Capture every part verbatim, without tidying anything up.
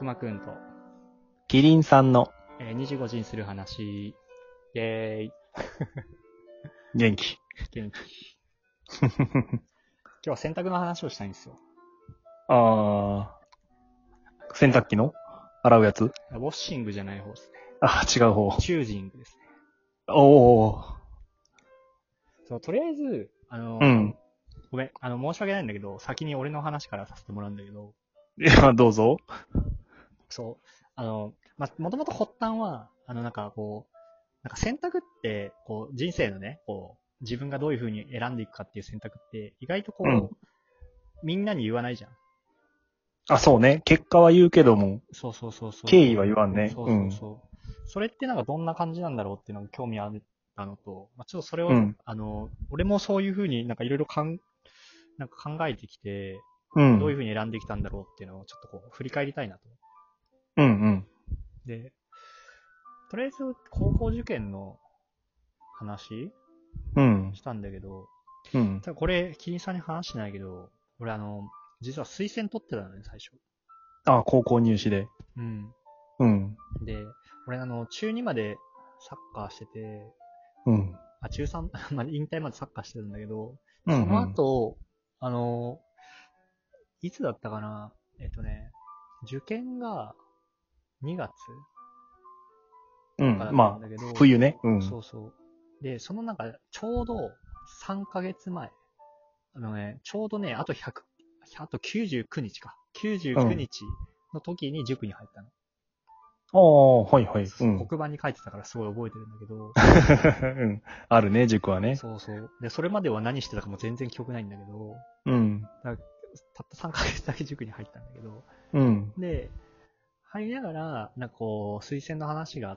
熊くんと、 キリンさんのえー、にじごじにする話、イェーイ、 元気。 元気。今日は洗濯の話をしたいんですよ。 あー、洗濯機の洗うやつ。 ウォッシングじゃない方ですね。 あ、違う方。 チュージングですね。 おー。 そう、とりあえず、あの、 うん。 ごめん、あの、申し訳ないんだけど、先に俺の話からさせてもらうんだけど、 いや、どうぞ。 そう、あの、まあ、もともと発端は、あの、なんかこう、なんか選択って、こう、人生のね、こう、自分がどういう風に選んでいくかっていう選択って、意外とこう、 うん。 みんなに言わないじゃん。 あ、そうね。結果は言うけども、 そうそうそうそう。 経緯は言わんね。 そううん。 そうそう。それってなんかどんな感じなんだろうっていうのが興味あったのと、まあ、ちょっとそれを、 うん。 あの、俺もそういう風になんかいろいろかん、なんか考えてきて、 うん。 どういう風に選んできたんだろうっていうのをちょっとこう振り返りたいなと。 うん。うん。 で、とりあえず高校受験の話うん。 したんだけど、 うん。 ただこれ、キリンさんに話してないけど、俺あの、実は推薦取ってたのね、最初。 あ、高校入試で。 うん。 うん。 で、俺あの、中にまでサッカーしてて、 うん。 あ、中さんまで引退までサッカーしてたんだけど、 うん。 その後、あの、いつだったかなえっとね、受験がにがつうん。 とかだったんまあ、 だけど、 冬ね。うん。 そうそう。で、そのなんか、ちょうどさんかげつまえ、あのね、ちょうどね、あとひゃく、あときゅうじゅうくにちか。99 うん。 日の時に塾に入ったの。 ああ、はいはい。うん。 黒板に書いてたからすごい覚えてるんだけど、 うん。あるね、塾はね。 そうそう。で、それまでは何してたかも全然記憶ないんだけど、 うん。 だたったさんかげつだけ塾に入ったんだけど、 うん。 で、入りながら、なんかこう、推薦の話があって、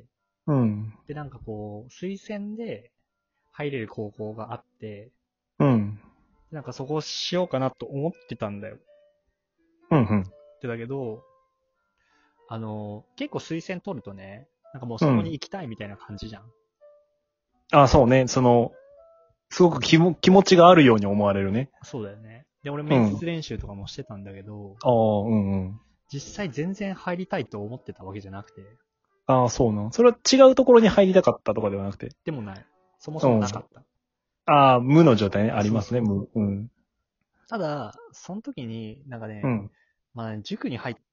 うん。 で、なんかこう、推薦で入れる高校があって、 うん。 なんかそこをしようかなと思ってたんだよ。 うん。うん。 ってだけど、あの、結構推薦取るとね、なんかもううん。 そこに行きたいみたいな感じじゃん。 あ、そうね。その、すごく気も気持ちがあるように思われるね。 そうだよね。で、俺うん。 面接練習とかもしてたんだけど、 ああ、うんうん。 実際全然入りたいと思ってたわけじゃなくて、 ああ、そうなん。それは違うところに入りたかったとかではなくて。 でもない。そもそもうん。 なかった。 ああ、無の状態ね。ありますね、 そうそう。 無。うん。 ただ、その時に、なんかね、 うん。 まあね、塾に入って、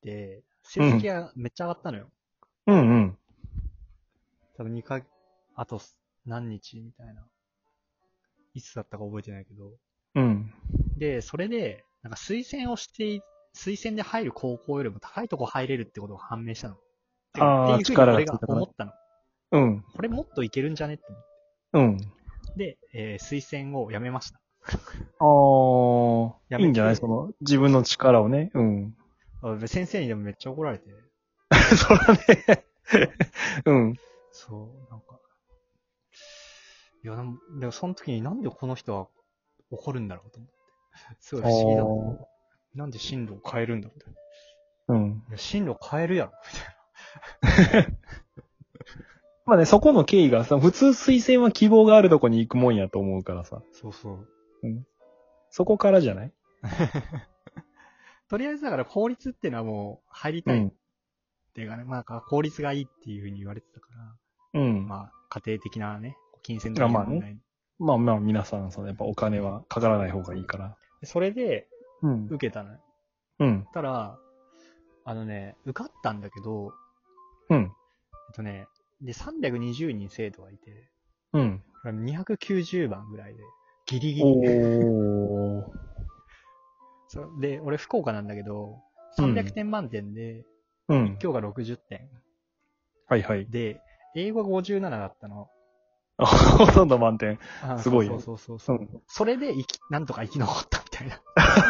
成うん。 績がめっちゃ上がったのよ。 うんうん。 多分にか、あと何日みたいな。いつだったか覚えてないけど。 うん。 で、それで、なんか推薦をして、推薦で入る高校よりも高いとこ入れるってことが判明したの。てかってああ、 いうふうに俺が力がついたから。 思ったの。 うん。 これもっといけるんじゃねって思って。 うん。 で、えー推薦をやめました。 ああ、 やめいいんじゃないそて、 の、自分の力をね。うん。 あ先生にでもめっちゃ怒られて。 そらね。うん。 そう、なんか。いや、でも、でもその時になんでこの人は怒るんだろうと思って。すごい不思議だった。 ああ、 なんで進路を変えるんだみたいな。 うん。 いや、進路変えるやろみたいな。 まあね、そこの経緯がさ、普通推薦は希望があるとこに行くもんやと思うからさ。 そうそう。 うん。そこからじゃない？ とりあえずだから公立っていうのはもう入りたいっうん。 ていうかね、まあ公立がいいっていうふうに言われてたから、 うん。 まあ家庭的なね、金銭的あまあね。 な問題。 まあまあ皆さん、そのやっぱお金はかからない方がいいから。 それでうん。 受けたのよ。 うん。 たら、あのね、受かったんだけど、 うん。 えっとね、で、さんびゃくにじゅうにん生徒がいて、 うん。 にひゃくきゅうじゅうばんぐらいで、ギリギリ。 おー。 そうで、俺福岡なんだけど、 うんさんびゃくてん満点で、 うん。 一教がろくじゅってん。 はいはい。 で、英語がごじゅうななだったの。 ほとんど満点。 あすごいよ。 そうそうそうそう。 うん。 それで生き、なんとか生き残ったみたいな。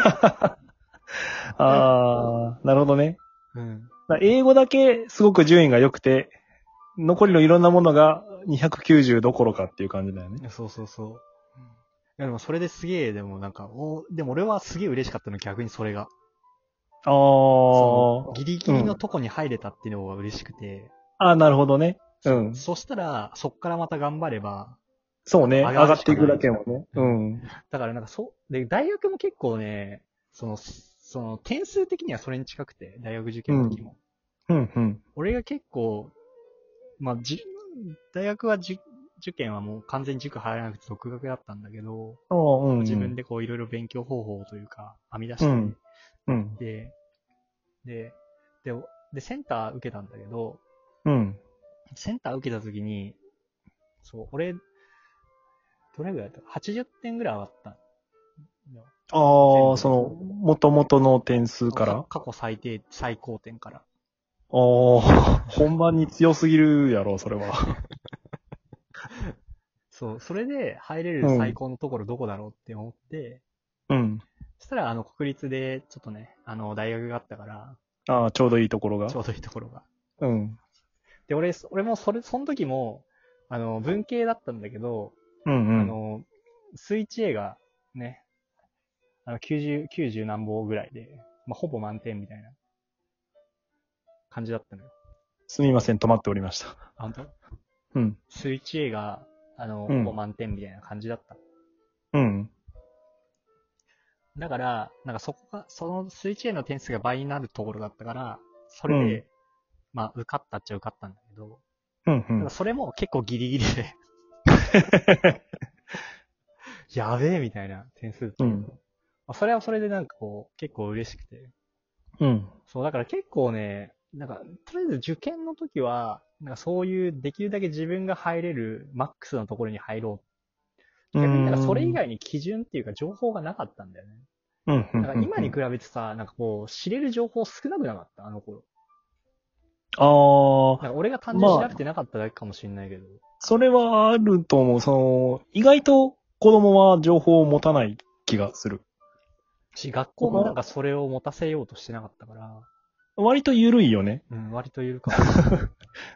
あー、なるほどね。 うん。 だ英語だけすごく順位が良くて、残りのいろんなものがにひゃくきゅうじゅうどころかっていう感じだよね。 そうそうそう。いやでもそれですげえ、でもなんか、おでも俺はすげえ嬉しかったの、逆にそれが。 あその、 ー。 ギリギリのうん。 とこに入れたっていうのが嬉しくて。 あー、なるほどね。う。 そうんそしたら、そっからまた頑張れば、 そうね。 上上がるしかない。 がっていくだけもね。うん。 だからなんかそう、で、大学も結構ね、その、 その点数的にはそれに近くて、大学受験の時も。 うんうん。 俺が結構、まあ、じ、大学はじ受験はもう完全に塾入らなくて独学だったんだけど、 ああ、うん、うん。 自分でこういろいろ勉強方法というか編み出して、 うんうん。 で、で、で、で、センター受けたんだけど、 うん。 センター受けた時に、そう、俺、どれぐらいだった ?はちじゅってんぐらい上がった。 ああ、その、元々の点数からあ過去最低、最高点から。 あ、本番に強すぎるやろ、それは。 そう、それで入れる最高のところどこだろうって思って、 うん。 そしたら、あの、国立で、ちょっとね、あの、大学があったから、 ああ、ちょうどいいところが。 ちょうどいいところが。 うん。 で、俺、俺もそれ、その時も、あの、文系だったんだけど、 うんうん。 あの、数 いちエー がね、あの、きゅうじゅう、きゅうじゅう何本ぐらいで、まあ、ほぼ満点みたいな感じだったのよ。 すみません、止まっておりました。 あ、本当？ うん。 数 いちエー が、あの、 うんほぼ満点みたいな感じだった。 うん。 だから、なんかそこが、その数 いちエー の点数が倍になるところだったから、それで、 うんまあ、受かったっちゃ受かったんだけど、 うんうん。 ただそれも結構ギリギリで、やべえみたいな点数だったけど、 うんまあ、それはそれでなんかこう、結構嬉しくて。 うん。 そう、だから結構ね、なんか、とりあえず受験の時は、なんかそういうできるだけ自分が入れるマックスのところに入ろう。逆になんかそれ以外に基準っていうか情報がなかったんだよね。 うんうん。 なんか今に比べてさ、なんかこう、知れる情報少なくなかった、あの頃。 ああ。 なんか俺が単純に調べてなかっただけかもしれないけど。 それはあると思う。その、意外と子供は情報を持たない気がする。 し、学校もなんかそれを持たせようとしてなかったから。 割と緩いよね。 うん、割と緩かった。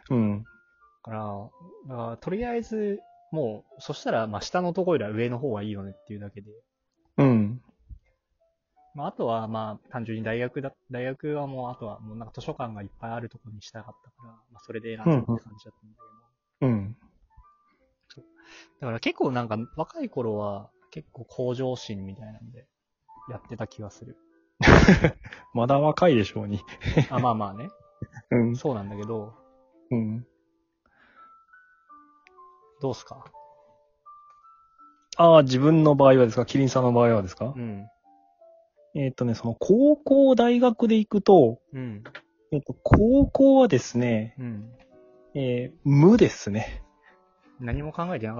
うん。 だから、だからとりあえず、もう、そしたら、まあ下のところよりは上の方がいいよねっていうだけで。 うん。 まああとは、まあ単純に大学だ、大学はもう、あとはもうなんか図書館がいっぱいあるところにしたかったから、まあそれで選んだって感じだったんだけど。 うん。 だから結構なんか若い頃は結構向上心みたいなんでやってた気がする。 まだ若いでしょうに。 あ、まあまあね。 うん。 そうなんだけど、 うん。 どうすか？ ああ、自分の場合はですか？キリンさんの場合はですか？ うん。 えっとね、その高校、大学で行くと、 うん。 えっと、高校はですね、 うん。 えー無ですね。 何も考えてなかった。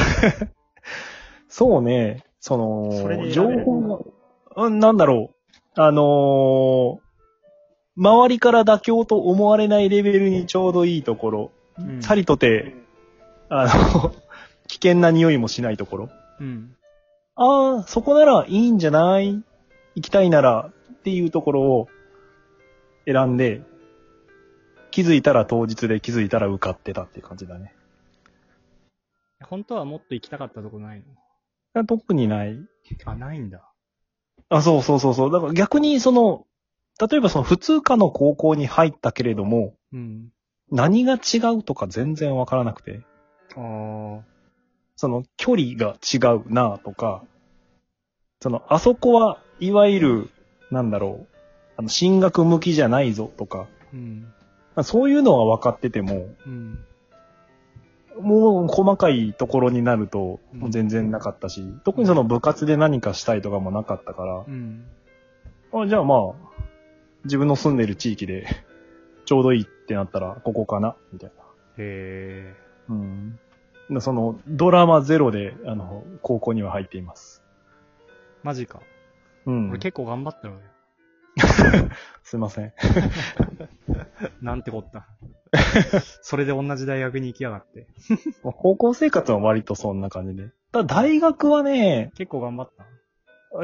そうね、その、 それで情選べる報が、うん、なんだろう。あのー周りから妥協と思われないレベルにちょうどいいところ、 うんさりとて、あの、危険な匂いもしないところ。 うん。 ああ、そこならいいんじゃない行きたいならっていうところを選んで、気づいたら当日で気づいたら受かってたっていう感じだね。 本当はもっと行きたかったとこない特にない。 の？あ、ないんだ。 あ、そうそうそうそう。だから逆にその、例えばその普通科の高校に入ったけれども、 うん。 何が違うとか全然わからなくて、 ああ。 その距離が違うなとか、その、あそこはいわゆる、なんだろう、あの、進学向きじゃないぞとか、 うん。 まあそういうのは分かってても、 うん。 もう細かいところになると、 うんもう全然なかったし、特にその部活で何かしたいとかもなかったからう、ん。 あじゃあまあ、自分の住んでる地域でちょうどいいってなったらここかなみたいな。 へえ。 うん。そのドラマゼロであの高校には入っています。 マジか。 うん。 俺結構頑張ったのよ。 すいません。 なんてこった。それで同じ大学に行きやがって。 高校生活は割とそんな感じで。ただ大学はね、 結構頑張った。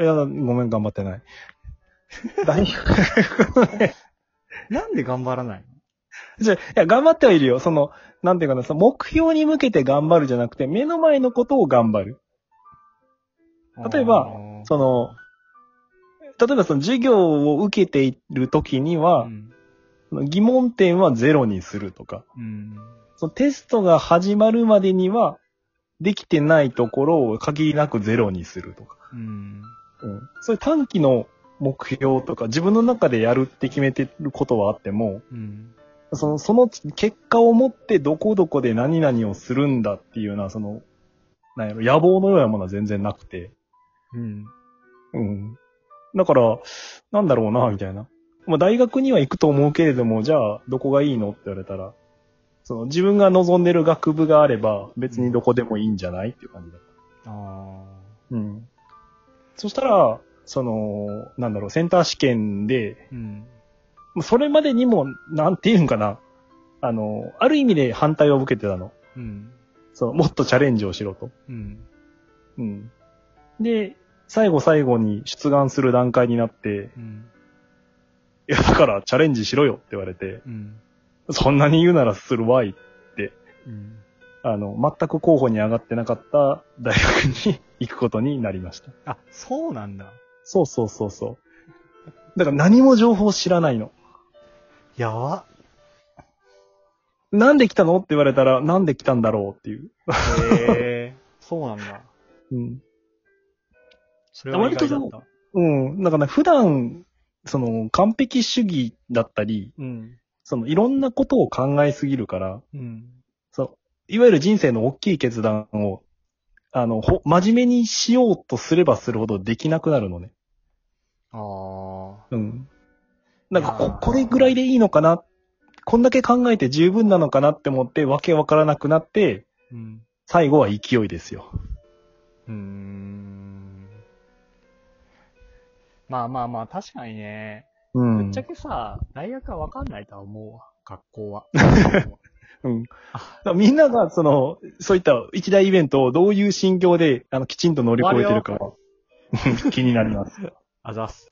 いや、ごめん、頑張ってない。大学はね、 なんで頑張らないの？ じゃいや、頑張ってはいるよ。その、なんていうかな、その目標に向けて頑張るじゃなくて、目の前のことを頑張る。例えば、その、例えばその授業を受けているときには、 うん疑問点はゼロにするとか、 うん。 そのテストが始まるまでには、できてないところを限りなくゼロにするとか。 うん。 うん。そういう短期の目標とか、自分の中でやるって決めてることはあっても、 うん。 その、その結果をもってどこどこで何々をするんだっていうような、その、なんやろ、野望のようなものは全然なくて。 うん。 うん。だから、なんだろうな、みたいな。まあ、大学には行くと思うけれども、じゃあ、どこがいいのって言われたら、その、自分が望んでる学部があれば、別にどこでもいいんじゃないっていう感じだった。 ああ。 うん。そしたら、その、なんだろう、センター試験で、 うん。 それまでにも、なんていうんかな、あの、ある意味で反対を受けてたの。 うん。 その、もっとチャレンジをしろと。 うん。 うん。で、最後最後に出願する段階になって、 うん。 いや、だからチャレンジしろよって言われて、 うん。 そんなに言うならするわいって、 うん。 あの、全く候補に上がってなかった大学に行くことになりました。 あ、そうなんだ。 そうそうそうそう。だから何も情報知らないの。 やば。 なんで来たのって言われたら、なんで来たんだろうっていう。 へえ。そうなんだ。 うん。 それは意外だった。 うん。だから、ね、普段、その、完璧主義だったり、 うん。 その、いろんなことを考えすぎるから、 うん。 そう、いわゆる人生の大きい決断を、あの、ほ、真面目にしようとすればするほどできなくなるのね。 ああ。 うん。なんかこ、 いやーこれぐらいでいいのかな、こんだけ考えて十分なのかなって思って、わけわからなくなって、 うん。 最後は勢いですよ。 うーん。まあまあまあ、確かにね。 うん。 ぶっちゃけさ、大学はわかんないとは思うわ。学校は。 うん。だからみんなが、その、そういった一大イベントをどういう心境で、あの、きちんと乗り越えてるかは、気になります。 あざっす。